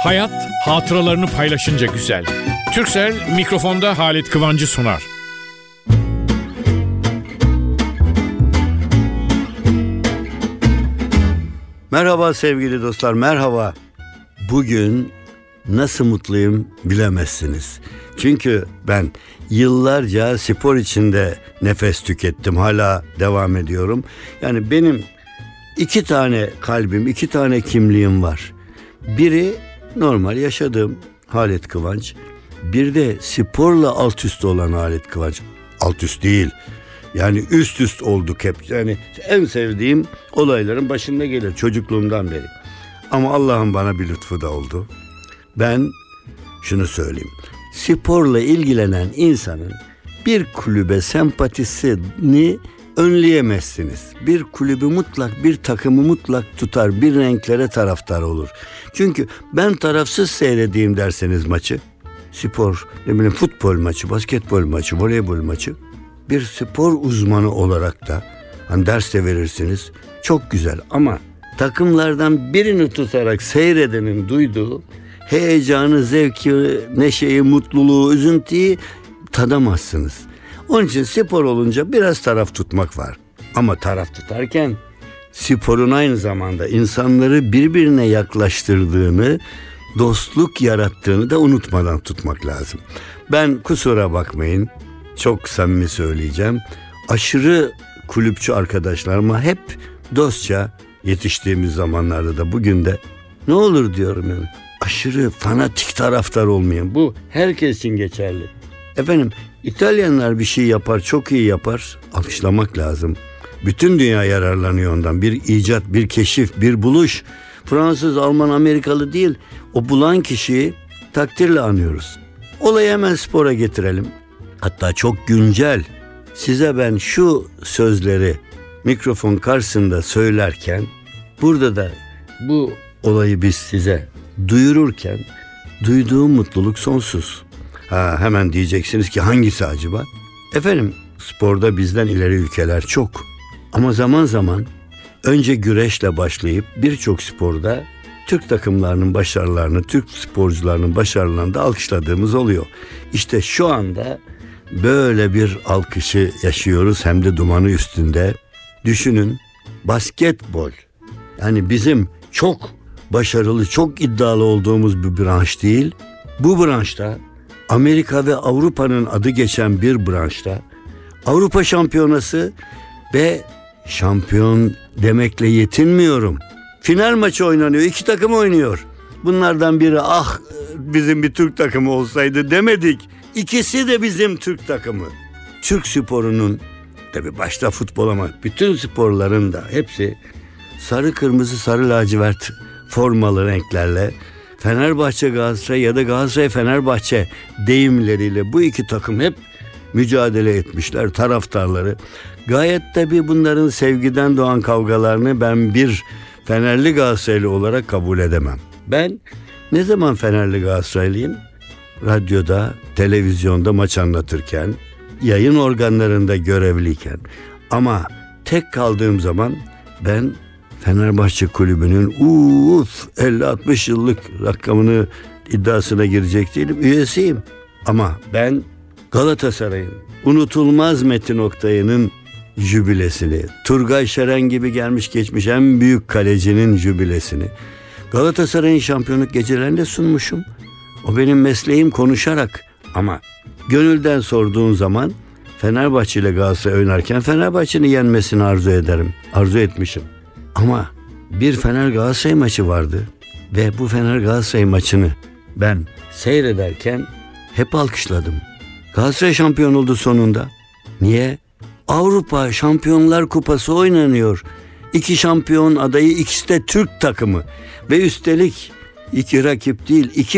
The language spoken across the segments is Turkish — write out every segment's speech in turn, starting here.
Hayat hatıralarını paylaşınca güzel. Turkcell mikrofonda Halit Kıvancı sunar. Merhaba sevgili dostlar, merhaba. Bugün nasıl mutluyum bilemezsiniz. Çünkü ben yıllarca spor içinde nefes tükettim, hala devam ediyorum. Yani benim 2 tane kalbim, 2 tane kimliğim var. Biri normal yaşadığım Halit Kıvanç. Bir de sporla alt üst olan Halit Kıvanç. Alt üst değil. Yani üst üst olduk hep. Yani en sevdiğim olayların başında gelir çocukluğumdan beri. Ama Allah'ın bana bir lütfu da oldu. Ben şunu söyleyeyim. Sporla ilgilenen insanın bir kulübe sempatisini önleyemezsiniz. Bir kulübü mutlak, bir takımı mutlak tutar, bir renklere taraftar olur. Çünkü ben tarafsız seyredeyim derseniz maçı, spor, futbol maçı, basketbol maçı, voleybol maçı, bir spor uzmanı olarak da hani ders de verirsiniz, çok güzel. Ama takımlardan birini tutarak seyredenin duyduğu heyecanı, zevki, neşeyi, mutluluğu, üzüntüyü tadamazsınız. Onun için spor olunca biraz taraf tutmak var. Ama taraf tutarken sporun aynı zamanda insanları birbirine yaklaştırdığını, dostluk yarattığını da unutmadan tutmak lazım. Ben kusura bakmayın, çok samimi söyleyeceğim. Aşırı kulüpçü arkadaşlarıma hep dostça yetiştiğimiz zamanlarda da bugün de ne olur diyorum yani. Aşırı fanatik taraftar olmayın. Bu herkes için geçerli. Efendim, İtalyanlar bir şey yapar, çok iyi yapar. Alkışlamak lazım. Bütün dünya yararlanıyor ondan. Bir icat, bir keşif, bir buluş. Fransız, Alman, Amerikalı değil. O bulan kişiyi takdirle anıyoruz. Olayı hemen spora getirelim. Hatta çok güncel. Size ben şu sözleri mikrofon karşısında söylerken, burada da bu olayı biz size duyururken duyduğum mutluluk sonsuz. Hemen diyeceksiniz ki hangisi acaba? Efendim, sporda bizden ileri ülkeler çok. Ama zaman zaman önce güreşle başlayıp birçok sporda Türk takımlarının başarılarını, Türk sporcularının başarılarını da alkışladığımız oluyor. İşte şu anda böyle bir alkışı yaşıyoruz, hem de dumanı üstünde. Düşünün, basketbol. Yani bizim çok başarılı, çok iddialı olduğumuz bir branş değil. Bu branşta Amerika ve Avrupa'nın adı geçen bir branşta Avrupa Şampiyonası ve şampiyon demekle yetinmiyorum. Final maçı oynanıyor, 2 takım oynuyor. Bunlardan biri bizim bir Türk takımı olsaydı demedik. İkisi de bizim Türk takımı. Türk sporunun, tabii başta futbol ama bütün sporların da hepsi sarı kırmızı sarı lacivert formalı renklerle, Fenerbahçe Galatasaray ya da Galatasaray Fenerbahçe deyimleriyle bu 2 takım hep mücadele etmişler, taraftarları. Gayet tabii bunların sevgiden doğan kavgalarını ben bir Fenerli Galatasaraylı olarak kabul edemem. Ben ne zaman Fenerli Galatasaraylıyım? Radyoda, televizyonda maç anlatırken, yayın organlarında görevliyken. Ama tek kaldığım zaman ben Fenerbahçe Kulübü'nün 50-60 yıllık rakamını iddiasına girecek değilim. Üyesiyim. Ama ben Galatasaray'ın unutulmaz Metin Oktay'ın jübilesini, Turgay Şeren gibi gelmiş geçmiş en büyük kalecinin jübilesini Galatasaray'ın şampiyonluk gecelerinde sunmuşum. O benim mesleğim, konuşarak. Ama gönülden sorduğun zaman Fenerbahçe ile Galatasaray oynarken Fenerbahçe'nin yenmesini arzu ederim. Arzu etmişim. Ama bir Fener Galatasaray maçı vardı ve bu Fener Galatasaray maçını ben seyrederken hep alkışladım. Galatasaray şampiyon oldu sonunda. Niye? Avrupa Şampiyonlar Kupası oynanıyor. 2 şampiyon adayı, ikisi de Türk takımı. Ve üstelik 2 rakip değil, 2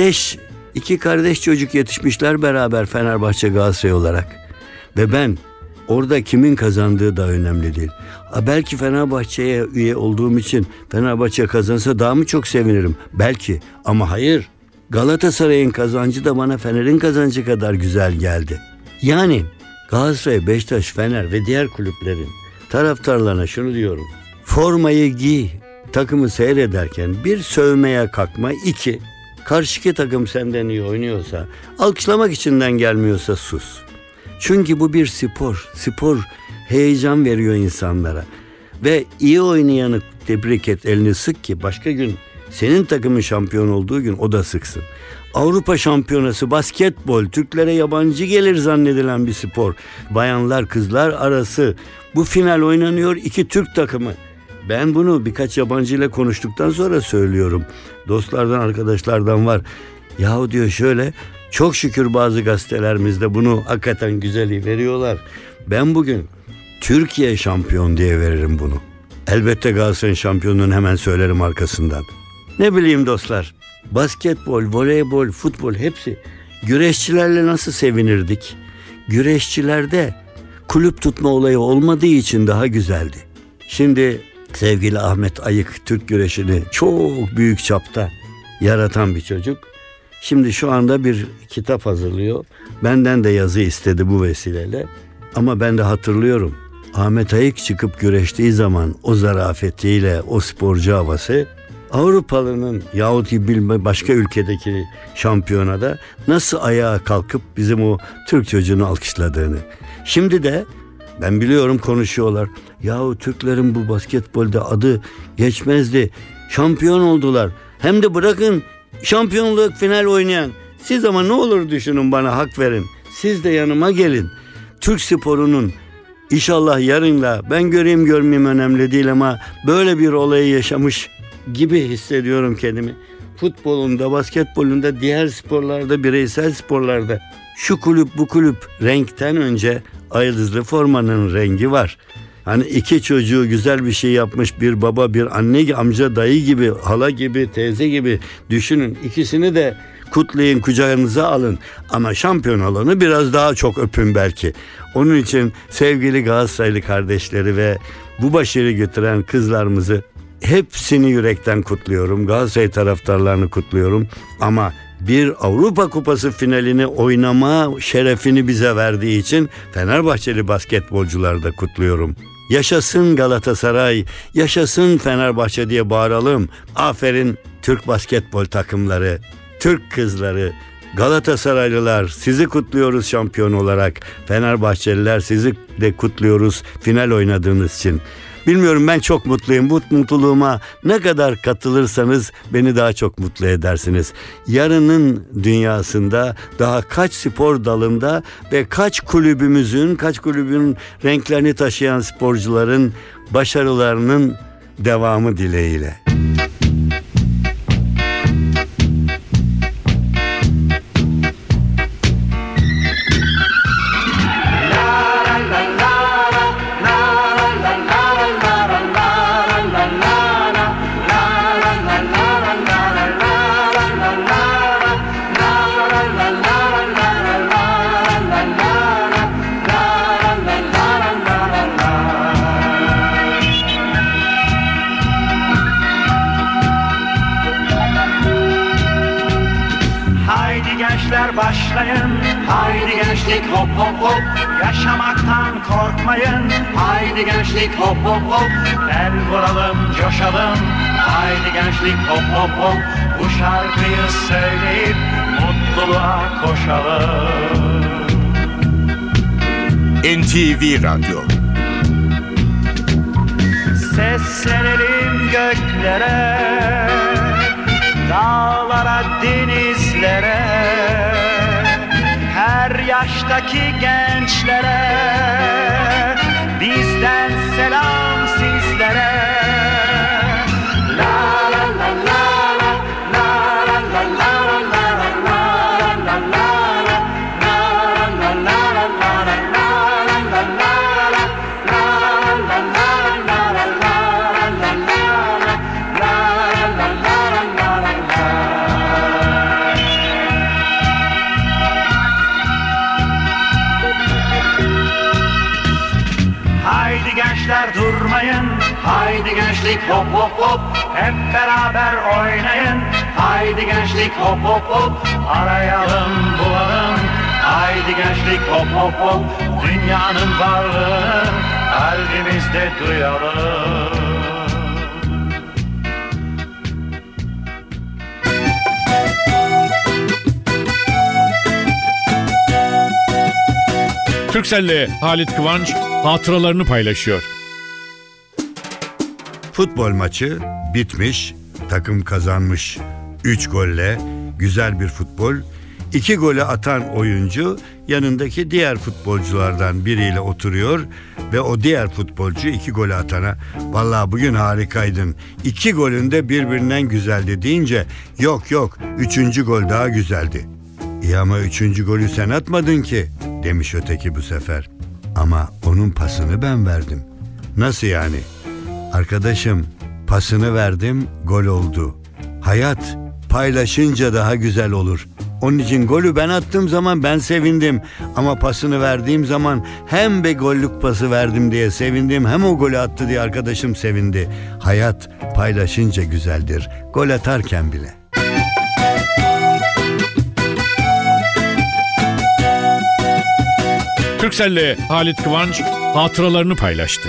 kardeş çocuk yetişmişler beraber Fenerbahçe Galatasaray olarak. Ve ben orada kimin kazandığı da önemli değil. Belki Fenerbahçe'ye üye olduğum için Fenerbahçe kazansa daha mı çok sevinirim? Belki, ama hayır. Galatasaray'ın kazancı da bana Fener'in kazancı kadar güzel geldi. Yani Galatasaray, Beşiktaş, Fener ve diğer kulüplerin taraftarlarına şunu diyorum. Formayı giy, takımı seyrederken bir sövmeye kalkma, 2 Karşıki takım senden iyi oynuyorsa, alkışlamak içinden gelmiyorsa sus. Çünkü bu bir spor. Spor heyecan veriyor insanlara. Ve iyi oynayanı tebrik et, elini sık ki başka gün senin takımın şampiyon olduğu gün o da sıksın. Avrupa Şampiyonası basketbol Türklere yabancı gelir zannedilen bir spor. Bayanlar kızlar arası bu final oynanıyor, 2 Türk takımı. Ben bunu birkaç yabancı ile konuştuktan sonra söylüyorum. Dostlardan, arkadaşlardan var. Yahu diyor şöyle, çok şükür bazı gazetelerimizde bunu hakikaten güzeli veriyorlar. Ben bugün Türkiye şampiyon diye veririm bunu. Elbette Galatasaray'ın şampiyonluğunu hemen söylerim arkasından. Ne bileyim dostlar, basketbol, voleybol, futbol hepsi. Güreşçilerle nasıl sevinirdik? Güreşçilerde kulüp tutma olayı olmadığı için daha güzeldi. Şimdi sevgili Ahmet Ayık Türk güreşini çok büyük çapta yaratan bir çocuk. Şimdi şu anda bir kitap hazırlıyor. Benden de yazı istedi bu vesileyle. Ama ben de hatırlıyorum. Ahmet Ayık çıkıp güreştiği zaman o zarafetiyle, o sporcu havası, Avrupalı'nın yahut başka ülkedeki şampiyonada nasıl ayağa kalkıp bizim o Türk çocuğunu alkışladığını. Şimdi de ben biliyorum konuşuyorlar. Yahu Türklerin bu basketbolda adı geçmezdi. Şampiyon oldular. Hem de bırakın şampiyonluk final oynayan. Siz ama ne olur düşünün, bana hak verin. Siz de yanıma gelin. Türk sporunun inşallah yarınla, ben göreyim görmeyeyim önemli değil ama böyle bir olayı yaşamış gibi hissediyorum kendimi. Futbolunda, basketbolunda, diğer sporlarda, bireysel sporlarda şu kulüp bu kulüp, renkten önce ayıldızlı formanın rengi var. Hani 2 çocuğu güzel bir şey yapmış bir baba, bir anne, amca, dayı gibi, hala gibi, teyze gibi düşünün. İkisini de kutlayın, kucağınıza alın. Ama şampiyon olanı biraz daha çok öpün belki. Onun için sevgili Galatasaraylı kardeşleri ve bu başarıyı götüren kızlarımızı hepsini yürekten kutluyorum. Galatasaray taraftarlarını kutluyorum. Ama bir Avrupa Kupası finalini oynama şerefini bize verdiği için Fenerbahçeli basketbolcuları da kutluyorum. Yaşasın Galatasaray, yaşasın Fenerbahçe diye bağıralım. Aferin Türk basketbol takımları, Türk kızları, Galatasaraylılar, sizi kutluyoruz şampiyon olarak. Fenerbahçeliler, sizi de kutluyoruz final oynadığınız için. Bilmiyorum, ben çok mutluyum. Bu mutluluğuma ne kadar katılırsanız beni daha çok mutlu edersiniz. Yarının dünyasında daha kaç spor dalında ve kaç kulübün renklerini taşıyan sporcuların başarılarının devamı dileğiyle. Başlayın, haydi gençlik hop hop hop. Yaşamaktan korkmayın, haydi gençlik hop hop hop. El vuralım, coşalım, haydi gençlik hop hop hop. Bu şarkıyı söyleyip mutluluğa koşalım. NTV Radyo. Seslenelim göklere, dağlara, denizlere, her yaştaki gençlere, bizden selam sizlere. La la la la la la la la la la la durmayın, haydi gençlik hop hop hop. Hep beraber oynayın, haydi gençlik hop hop hop. Arayalım bulalım, haydi gençlik hop hop hop. Dünyanın varlığını kalbimizde duyalım. Turkcell'le Halit Kıvanç hatıralarını paylaşıyor. Futbol maçı bitmiş, takım kazanmış. 3 golle güzel bir futbol. 2 golü atan oyuncu yanındaki diğer futbolculardan biriyle oturuyor ve o diğer futbolcu 2 golü atana "Vallahi bugün harikaydın. 2 golün de birbirinden güzeldi" deyince "Yok, 3. gol daha güzeldi." "İyi ama 3. golü sen atmadın ki" demiş öteki bu sefer. "Ama onun pasını ben verdim." "Nasıl yani?" "Arkadaşım, pasını verdim, gol oldu. Hayat paylaşınca daha güzel olur. Onun için golü ben attığım zaman ben sevindim. Ama pasını verdiğim zaman hem bir gollük pası verdim diye sevindim, hem o golü attı diye arkadaşım sevindi. Hayat paylaşınca güzeldir, gol atarken bile." Turkcell'le Halit Kıvanç hatıralarını paylaştı.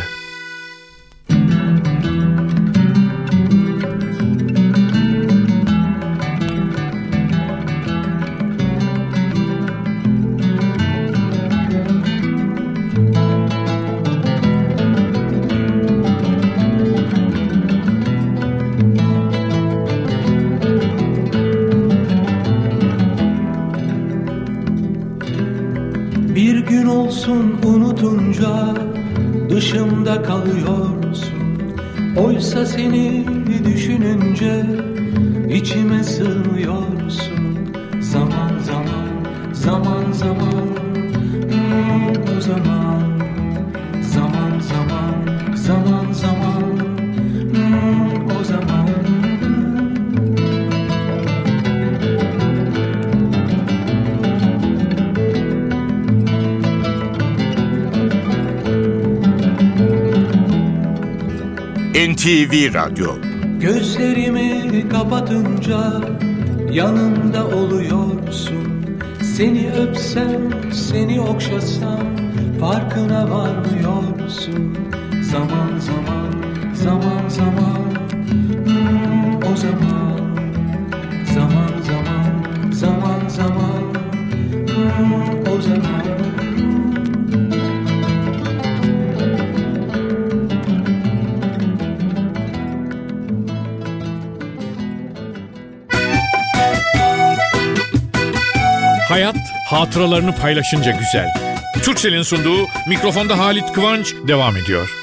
Bir gün olsun unutunca dışımda kalıyorsun. Oysa seni düşününce içime sığmıyorsun. Zaman zaman, zaman zaman, o zaman. Zaman zaman, zaman zaman, o zaman. NTV Radyo. Gözlerimi kapatınca yanımda oluyorsun. Seni öpsem, seni okşasam farkına varmıyorsun. Zaman zaman, zaman zaman, o zaman. Zaman zaman, zaman zaman, o zaman. Hayat hatıralarını paylaşınca güzel. Turkcell'in sunduğu Mikrofonda Halit Kıvanç devam ediyor.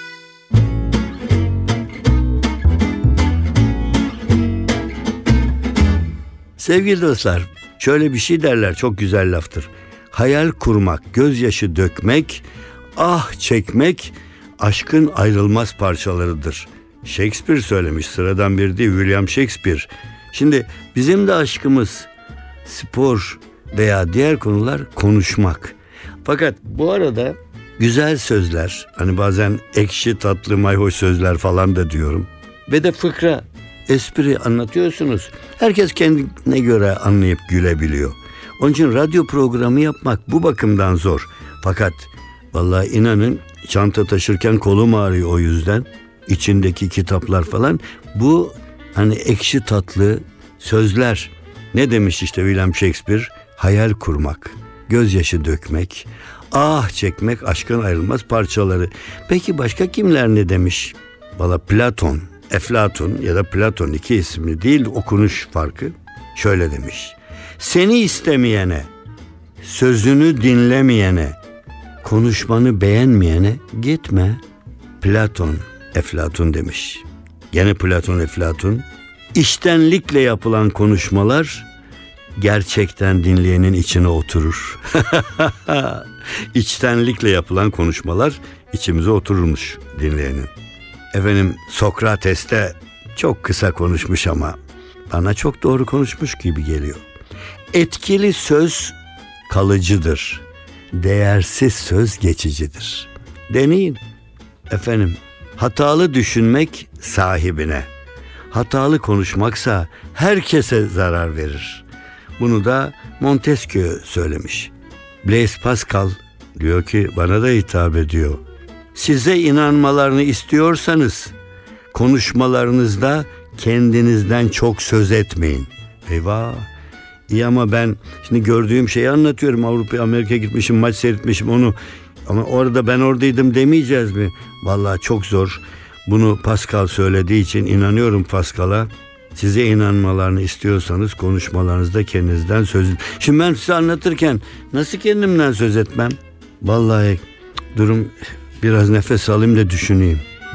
Sevgili dostlar, şöyle bir şey derler, çok güzel laftır. Hayal kurmak, gözyaşı dökmek, ah çekmek aşkın ayrılmaz parçalarıdır. Shakespeare söylemiş, sıradan biri değil, William Shakespeare. Şimdi bizim de aşkımız spor veya diğer konular konuşmak. Fakat bu arada güzel sözler, hani bazen ekşi tatlı mayhoş sözler falan da diyorum. Ve de fıkra, espri anlatıyorsunuz. Herkes kendine göre anlayıp gülebiliyor. Onun için radyo programı yapmak bu bakımdan zor. Fakat vallahi inanın, çanta taşırken kolum ağrıyor o yüzden. İçindeki kitaplar falan. Bu hani ekşi tatlı sözler. Ne demiş işte William Shakespeare? Hayal kurmak, gözyaşı dökmek, ah çekmek aşkın ayrılmaz parçaları. Peki başka kimler ne demiş? Valla Platon, Eflatun ya da Platon, iki isimli değil, okunuş farkı. Şöyle demiş: seni istemeyene, sözünü dinlemeyene, konuşmanı beğenmeyene gitme. Platon, Eflatun demiş. Gene Platon, Eflatun. İçtenlikle yapılan konuşmalar gerçekten dinleyenin içine oturur. İçtenlikle yapılan konuşmalar içimize otururmuş dinleyenin. Efendim, Sokrates de çok kısa konuşmuş ama bana çok doğru konuşmuş gibi geliyor. Etkili söz kalıcıdır. Değersiz söz geçicidir. Deneyin. Efendim, hatalı düşünmek sahibine, hatalı konuşmaksa herkese zarar verir. Bunu da Montesquieu söylemiş. Blaise Pascal diyor ki, bana da hitap ediyor. Size inanmalarını istiyorsanız konuşmalarınızda kendinizden çok söz etmeyin. Eyvah! İyi ama ben şimdi gördüğüm şeyi anlatıyorum. Avrupa'ya, Amerika'ya gitmişim, maç seyretmişim onu. Ama orada ben oradaydım demeyeceğiz mi? Vallahi çok zor. Bunu Pascal söylediği için inanıyorum Pascal'a. Size inanmalarını istiyorsanız konuşmalarınızda kendinizden söz edin. Şimdi ben size anlatırken nasıl kendimden söz etmem? Vallahi durum, biraz nefes alayım da düşüneyim.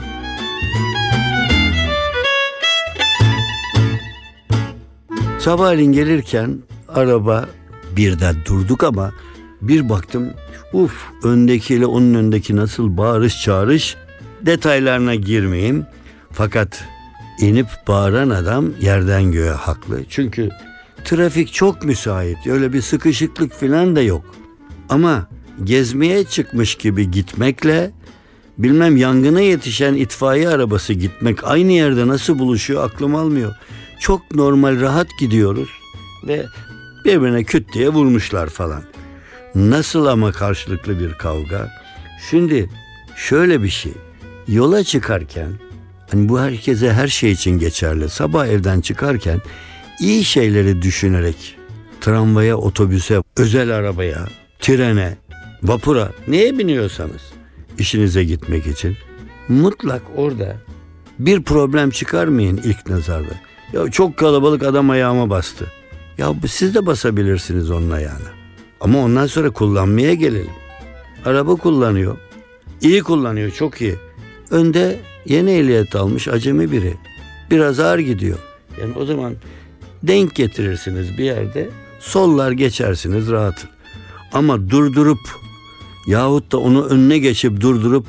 Sabahleyin gelirken araba birden durduk ama bir baktım öndekiyle onun öndeki nasıl bağırış çağırış, detaylarına girmeyeyim. Fakat inip bağıran adam yerden göğe haklı. Çünkü trafik çok müsait, öyle bir sıkışıklık falan da yok. Ama gezmeye çıkmış gibi gitmekle bilmem yangına yetişen itfaiye arabası gitmek aynı yerde nasıl buluşuyor aklım almıyor. Çok normal rahat gidiyoruz ve birbirine küt diye vurmuşlar falan. Nasıl ama karşılıklı bir kavga. Şimdi şöyle bir şey, yola çıkarken, hani bu herkese her şey için geçerli. Sabah evden çıkarken iyi şeyleri düşünerek tramvaya, otobüse, özel arabaya, trene, vapura, neye biniyorsanız işinize gitmek için mutlak orada bir problem çıkarmayın ilk nazarda. Ya çok kalabalık, adam ayağıma bastı. Ya siz de basabilirsiniz onun ayağına. Ama ondan sonra kullanmaya gelelim. Araba kullanıyor. İyi kullanıyor, çok iyi. Önde yeni ehliyet almış acemi biri. Biraz ağır gidiyor. Yani o zaman denk getirirsiniz bir yerde. Sollar geçersiniz rahat. Ama durdurup yahut da onu önüne geçip durdurup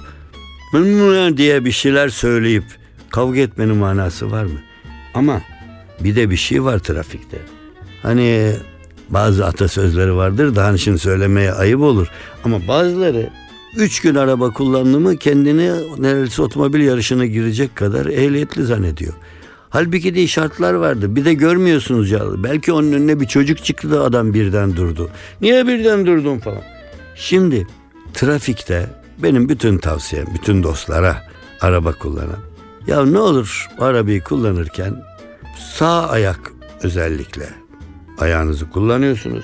diye bir şeyler söyleyip kavga etmenin manası var mı? Ama bir de bir şey var trafikte. Hani bazı atasözleri vardır da hani şimdi söylemeye ayıp olur. Ama bazıları 3 gün araba kullandı mı kendini neredeyse otomobil yarışına girecek kadar ehliyetli zannediyor. Halbuki de şartlar vardı. Bir de görmüyorsunuz ya. Belki onun önüne bir çocuk çıktı da adam birden durdu. Niye birden durdun falan. Şimdi trafikte benim bütün tavsiyem bütün dostlara araba kullanan. Ya ne olur arabayı kullanırken sağ ayak özellikle ayağınızı kullanıyorsunuz.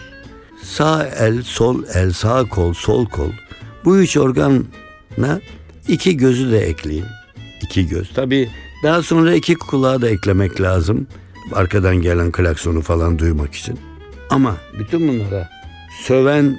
Sağ el, sol el, sağ kol, sol kol. Bu 3 organa 2 gözü de ekleyin. 2 göz. Tabii daha sonra 2 kulağı da eklemek lazım. Arkadan gelen klaksonu falan duymak için. Ama bütün bunlara söven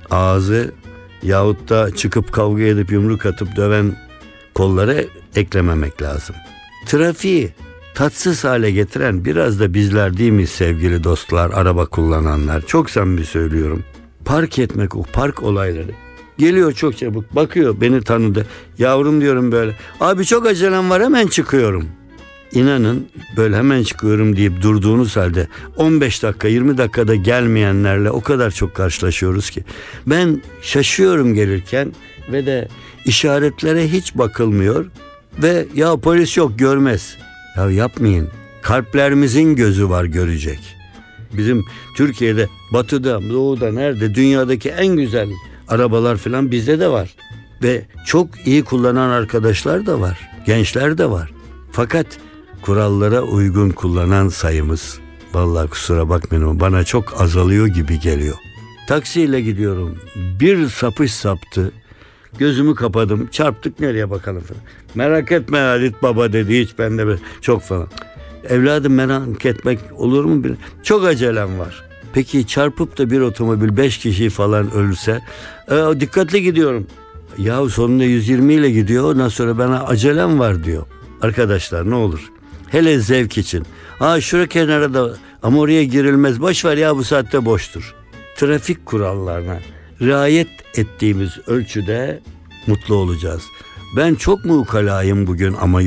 ağzı yahut da çıkıp kavga edip yumruk atıp döven kollara eklememek lazım. Trafiği tatsız hale getiren biraz da bizler değil mi sevgili dostlar, araba kullananlar? Çok samimi söylüyorum. Park etmek, o park olayları. Geliyor çok çabuk, bakıyor, beni tanıdı. Yavrum diyorum böyle. Abi çok acelem var, hemen çıkıyorum. İnanın böyle hemen çıkıyorum deyip durduğunuz halde 15 dakika 20 dakikada gelmeyenlerle o kadar çok karşılaşıyoruz ki. Ben şaşıyorum gelirken ve de işaretlere hiç bakılmıyor ve ya polis yok görmez. Ya yapmayın. Kalplerimizin gözü var, görecek. Bizim Türkiye'de, batıda, doğuda, nerede, dünyadaki en güzel arabalar falan bizde de var. Ve çok iyi kullanan arkadaşlar da var. Gençler de var. Fakat kurallara uygun kullanan sayımız, vallahi kusura bakmayın ama bana çok azalıyor gibi geliyor. Taksiyle gidiyorum. Bir sapış saptı. Gözümü kapadım. Çarptık, nereye bakalım falan. Merak etme Halit Baba dedi. Hiç bende çok falan. Evladım merak etmek olur mu? Çok acelem var. Peki çarpıp da bir otomobil 5 kişi falan ölürse? Dikkatli gidiyorum. Ya sonunda 120 ile gidiyor. Ondan sonra bana acelem var diyor. Arkadaşlar ne olur. Hele zevk için. Şura kenara da ama oraya girilmez. Boş ver ya, bu saatte boştur. Trafik kurallarına riayet ettiğimiz ölçüde mutlu olacağız. Ben çok mu ukalayım bugün ama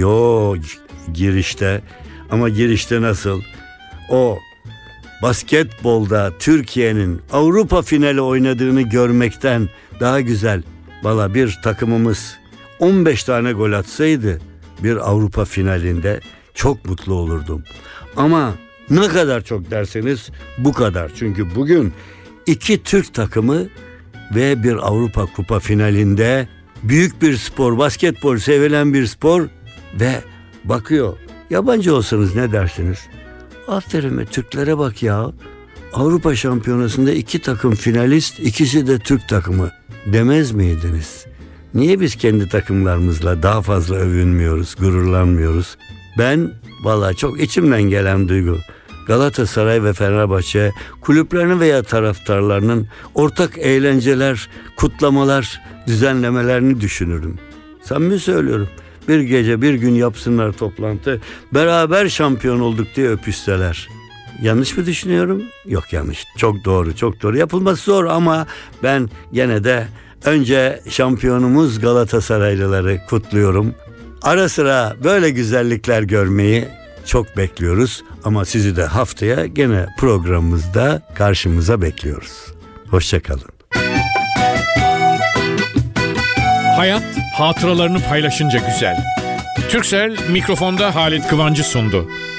girişte. Ama girişte nasıl? O basketbolda Türkiye'nin Avrupa finali oynadığını görmekten daha güzel. Valla bir takımımız 15 tane gol atsaydı bir Avrupa finalinde çok mutlu olurdum. Ama ne kadar çok derseniz bu kadar. Çünkü bugün 2 Türk takımı ve bir Avrupa Kupa finalinde büyük bir spor, basketbol sevilen bir spor ve bakıyor. Yabancı olsanız ne dersiniz? Aferin Türklere bak ya. Avrupa Şampiyonası'nda 2 takım finalist, ikisi de Türk takımı demez miydiniz? Niye biz kendi takımlarımızla daha fazla övünmüyoruz, gururlanmıyoruz? Ben vallahi çok içimden gelen duygu. Galatasaray ve Fenerbahçe kulüplerinin veya taraftarlarının ortak eğlenceler, kutlamalar, düzenlemelerini düşünürüm. Samimi söylüyorum. Bir gece bir gün yapsınlar toplantı, beraber şampiyon olduk diye öpüşseler. Yanlış mı düşünüyorum? Yok, yanlış. Çok doğru, çok doğru. Yapılması zor ama ben gene de önce şampiyonumuz Galatasaraylıları kutluyorum. Ara sıra böyle güzellikler görmeyi çok bekliyoruz. Ama sizi de haftaya gene programımızda karşımıza bekliyoruz. Hoşça kalın. Hayat hatıralarını paylaşınca güzel. Turkcell mikrofonda Halit Kıvancı sundu.